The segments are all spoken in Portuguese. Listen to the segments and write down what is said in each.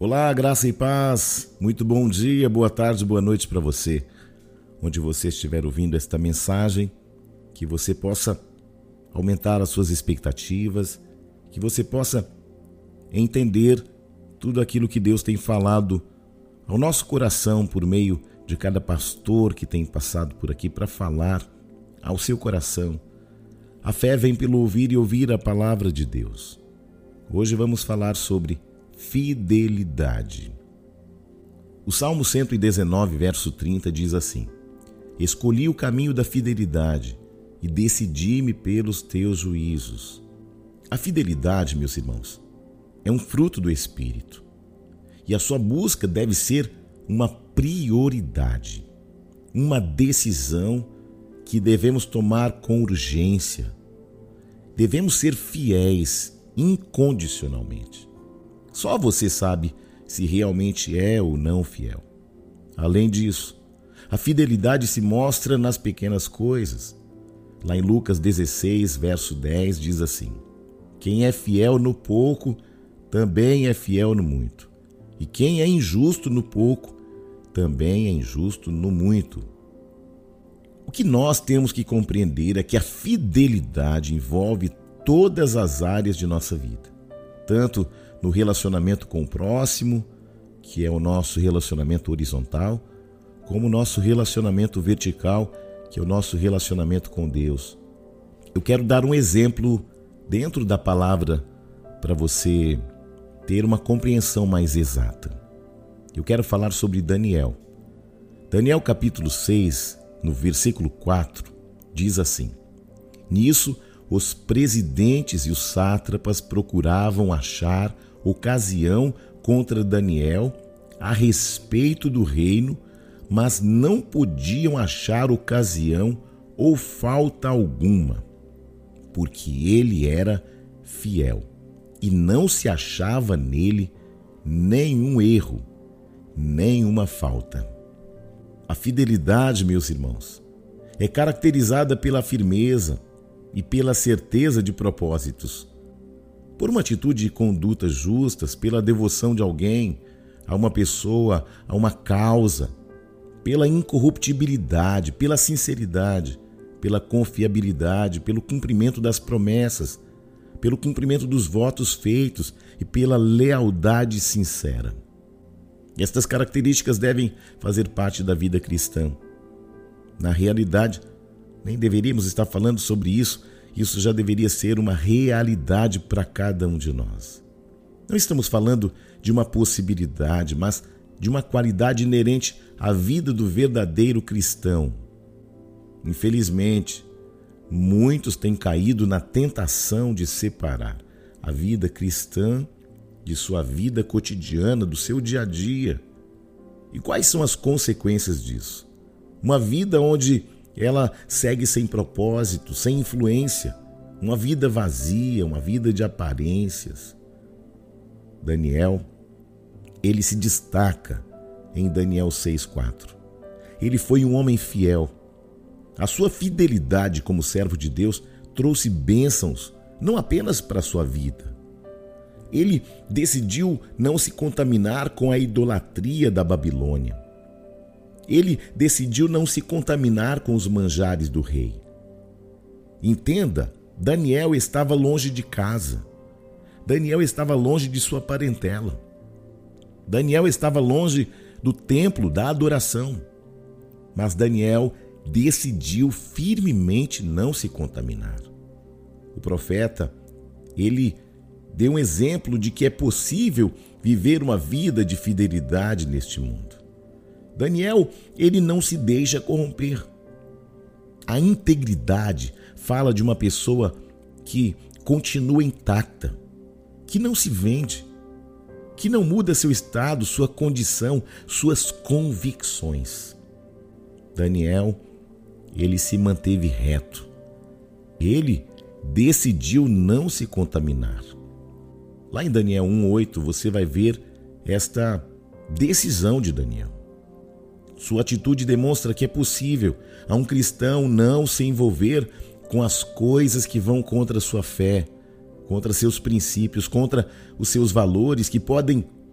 Olá, graça e paz. Muito bom dia, boa tarde, boa noite para você. Onde você estiver ouvindo esta mensagem, que você possa aumentar as suas expectativas, que você possa entender tudo aquilo que Deus tem falado ao nosso coração por meio de cada pastor que tem passado por aqui para falar ao seu coração. A fé vem pelo ouvir e ouvir a palavra de Deus. Hoje vamos falar sobre fidelidade. O Salmo 119, verso 30 diz assim: Escolhi o caminho da fidelidade e decidi-me pelos teus juízos. A fidelidade, meus irmãos, é um fruto do Espírito. E a sua busca deve ser uma prioridade, uma decisão que devemos tomar com urgência. Devemos ser fiéis incondicionalmente. Só você sabe se realmente é ou não fiel. Além disso, a fidelidade se mostra nas pequenas coisas. Lá em Lucas 16, verso 10, diz assim: Quem é fiel no pouco, também é fiel no muito. E quem é injusto no pouco, também é injusto no muito. O que nós temos que compreender é que a fidelidade envolve todas as áreas de nossa vida, tanto no relacionamento com o próximo, que é o nosso relacionamento horizontal, como o nosso relacionamento vertical, que é o nosso relacionamento com Deus. Eu quero dar um exemplo dentro da palavra para você ter uma compreensão mais exata. Eu quero falar sobre Daniel. Daniel capítulo 6, no versículo 4, diz assim: Nisso, os presidentes e os sátrapas procuravam achar ocasião contra Daniel a respeito do reino, mas não podiam achar ocasião ou falta alguma, porque ele era fiel e não se achava nele nenhum erro, nenhuma falta. A fidelidade, meus irmãos, é caracterizada pela firmeza e pela certeza de propósitos, por uma atitude de condutas justas, pela devoção de alguém a uma pessoa, a uma causa, pela incorruptibilidade, pela sinceridade, pela confiabilidade, pelo cumprimento das promessas, pelo cumprimento dos votos feitos e pela lealdade sincera. Estas características devem fazer parte da vida cristã. Na realidade, nem deveríamos estar falando sobre isso. Isso já deveria ser uma realidade para cada um de nós. Não estamos falando de uma possibilidade, mas de uma qualidade inerente à vida do verdadeiro cristão. Infelizmente, muitos têm caído na tentação de separar a vida cristã de sua vida cotidiana, do seu dia a dia. E quais são as consequências disso? Uma vida onde ela segue sem propósito, sem influência, uma vida vazia, uma vida de aparências. Daniel, ele se destaca em Daniel 6,4. Ele foi um homem fiel. A sua fidelidade como servo de Deus trouxe bênçãos, não apenas para a sua vida. Ele decidiu não se contaminar com a idolatria da Babilônia. Ele decidiu não se contaminar com os manjares do rei. Entenda, Daniel estava longe de casa. Daniel estava longe de sua parentela. Daniel estava longe do templo, da adoração. Mas Daniel decidiu firmemente não se contaminar. O profeta, ele deu um exemplo de que é possível viver uma vida de fidelidade neste mundo. Daniel, ele não se deixa corromper. A integridade fala de uma pessoa que continua intacta, que não se vende, que não muda seu estado, sua condição, suas convicções. Daniel, ele se manteve reto. Ele decidiu não se contaminar. Lá em Daniel 1:8 você vai ver esta decisão de Daniel. Sua atitude demonstra que é possível a um cristão não se envolver com as coisas que vão contra a sua fé, contra seus princípios, contra os seus valores, que podem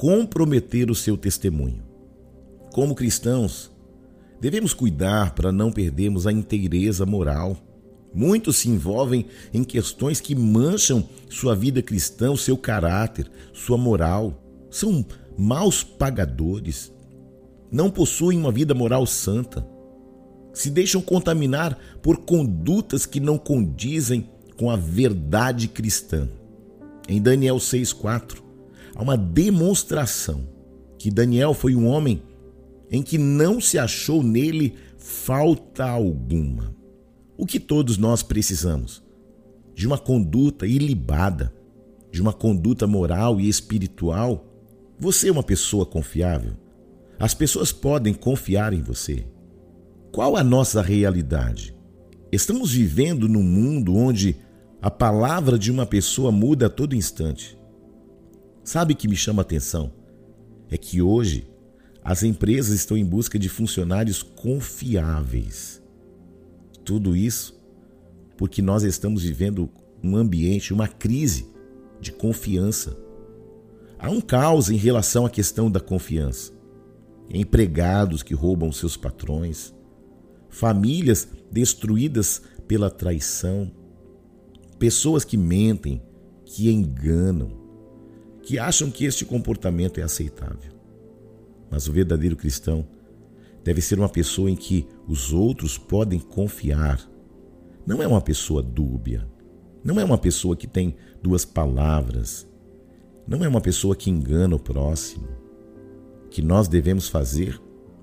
comprometer o seu testemunho. Como cristãos, devemos cuidar para não perdermos a inteireza moral. Muitos se envolvem em questões que mancham sua vida cristã, o seu caráter, sua moral. São maus pagadores. Não possuem uma vida moral santa. Se deixam contaminar por condutas que não condizem com a verdade cristã. Em Daniel 6,4, há uma demonstração que Daniel foi um homem em que não se achou nele falta alguma. O que todos nós precisamos? De uma conduta ilibada, de uma conduta moral e espiritual. Você é uma pessoa confiável? As pessoas podem confiar em você. Qual a nossa realidade? Estamos vivendo num mundo onde a palavra de uma pessoa muda a todo instante. Sabe o que me chama a atenção? É que hoje as empresas estão em busca de funcionários confiáveis. Tudo isso porque nós estamos vivendo um ambiente, uma crise de confiança. Há um caos em relação à questão da confiança. Empregados que roubam seus patrões, famílias destruídas pela traição, pessoas que mentem, que enganam, que acham que este comportamento é aceitável. Mas o verdadeiro cristão deve ser uma pessoa em que os outros podem confiar. Não é uma pessoa dúbia, não é uma pessoa que tem duas palavras, não é uma pessoa que engana o próximo. O que nós devemos fazer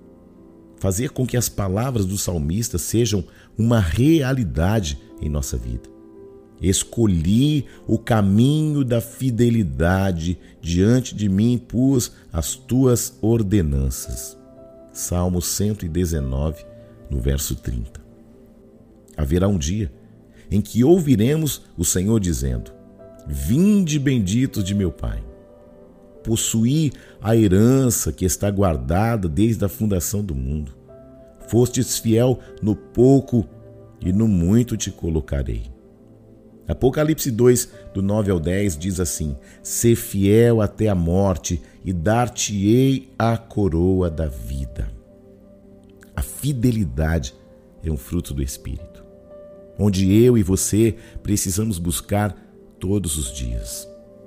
com que as palavras do salmista sejam uma realidade em nossa vida. Escolhi o caminho da fidelidade, diante de mim pus as tuas ordenanças. Salmo 119, no verso 30. Haverá um dia em que ouviremos o Senhor dizendo: vinde benditos de meu Pai. Possuí a herança que está guardada desde a fundação do mundo. Fostes fiel no pouco e no muito te colocarei. Apocalipse 2, do 9 ao 10, diz assim: sê fiel até a morte e dar-te-ei a coroa da vida. A fidelidade é um fruto do Espírito, onde eu e você precisamos buscar todos os dias.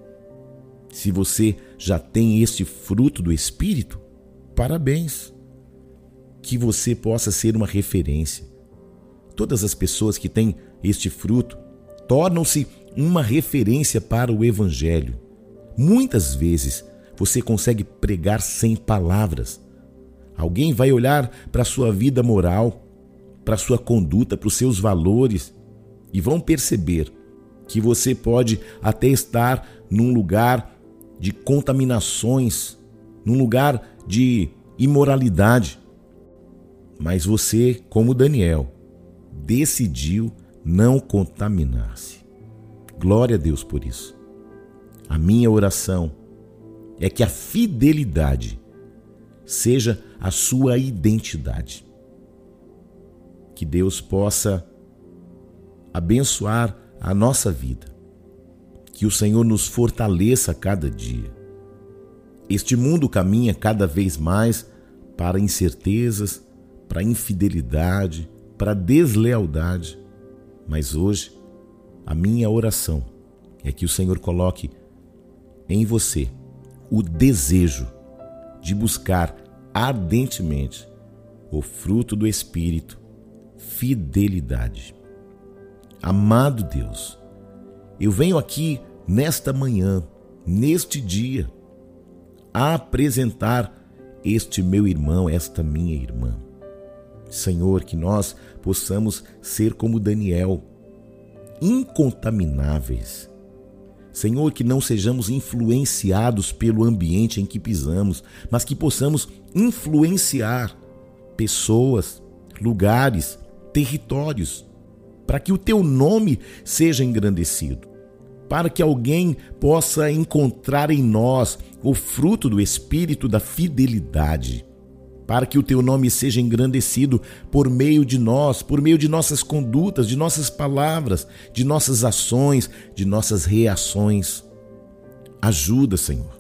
Se você já tem este fruto do Espírito, parabéns. Que você possa ser uma referência. Todas as pessoas que têm este fruto tornam-se uma referência para o Evangelho. Muitas vezes você consegue pregar sem palavras. Alguém vai olhar para a sua vida moral, para a sua conduta, para os seus valores e vão perceber que você pode até estar num lugar de contaminações, num lugar de imoralidade. Mas você, como Daniel, decidiu não contaminar-se. Glória a Deus por isso. A minha oração é que a fidelidade seja a sua identidade. Que Deus possa abençoar a nossa vida. Que o Senhor nos fortaleça a cada dia. Este mundo caminha cada vez mais para incertezas, para infidelidade, para deslealdade. Mas hoje, a minha oração é que o Senhor coloque em você o desejo de buscar ardentemente o fruto do Espírito, fidelidade. Amado Deus, eu venho aqui nesta manhã, neste dia, a apresentar este meu irmão, esta minha irmã. Senhor, que nós possamos ser como Daniel, incontamináveis. Senhor, que não sejamos influenciados pelo ambiente em que pisamos, mas que possamos influenciar pessoas, lugares, territórios, para que o Teu nome seja engrandecido, para que alguém possa encontrar em nós o fruto do Espírito da fidelidade, para que o Teu nome seja engrandecido por meio de nós, por meio de nossas condutas, de nossas palavras, de nossas ações, de nossas reações. Ajuda, Senhor,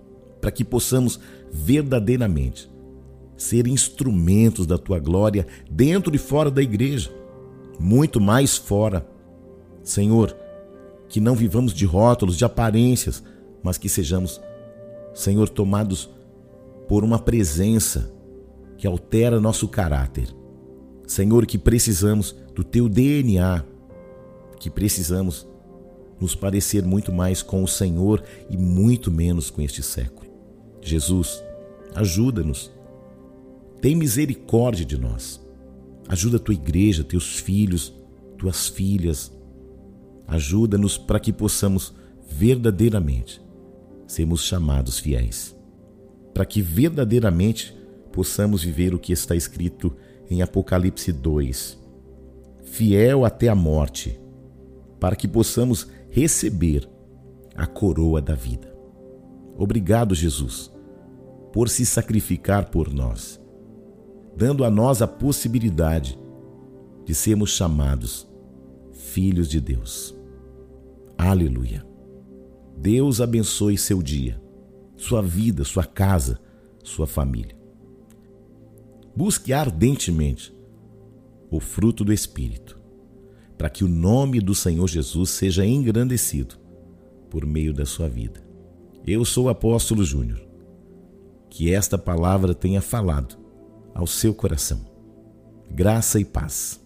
para que possamos verdadeiramente ser instrumentos da Tua glória dentro e fora da igreja, muito mais fora. Senhor, que não vivamos de rótulos, de aparências, mas que sejamos, Senhor, tomados por uma presença que altera nosso caráter. Senhor, que precisamos do Teu DNA, que precisamos nos parecer muito mais com o Senhor e muito menos com este século. Jesus, ajuda-nos. Tem misericórdia de nós. Ajuda a Tua igreja, Teus filhos, Tuas filhas. Ajuda-nos para que possamos verdadeiramente sermos chamados fiéis. Para que verdadeiramente possamos viver o que está escrito em Apocalipse 2. Fiel até a morte, para que possamos receber a coroa da vida. Obrigado, Jesus, por se sacrificar por nós, dando a nós a possibilidade de sermos chamados filhos de Deus. Aleluia. Deus abençoe seu dia, sua vida, sua casa, sua família. Busque ardentemente o fruto do Espírito, para que o nome do Senhor Jesus seja engrandecido por meio da sua vida. Eu sou o apóstolo Júnior. Que esta palavra tenha falado ao seu coração. Graça e paz.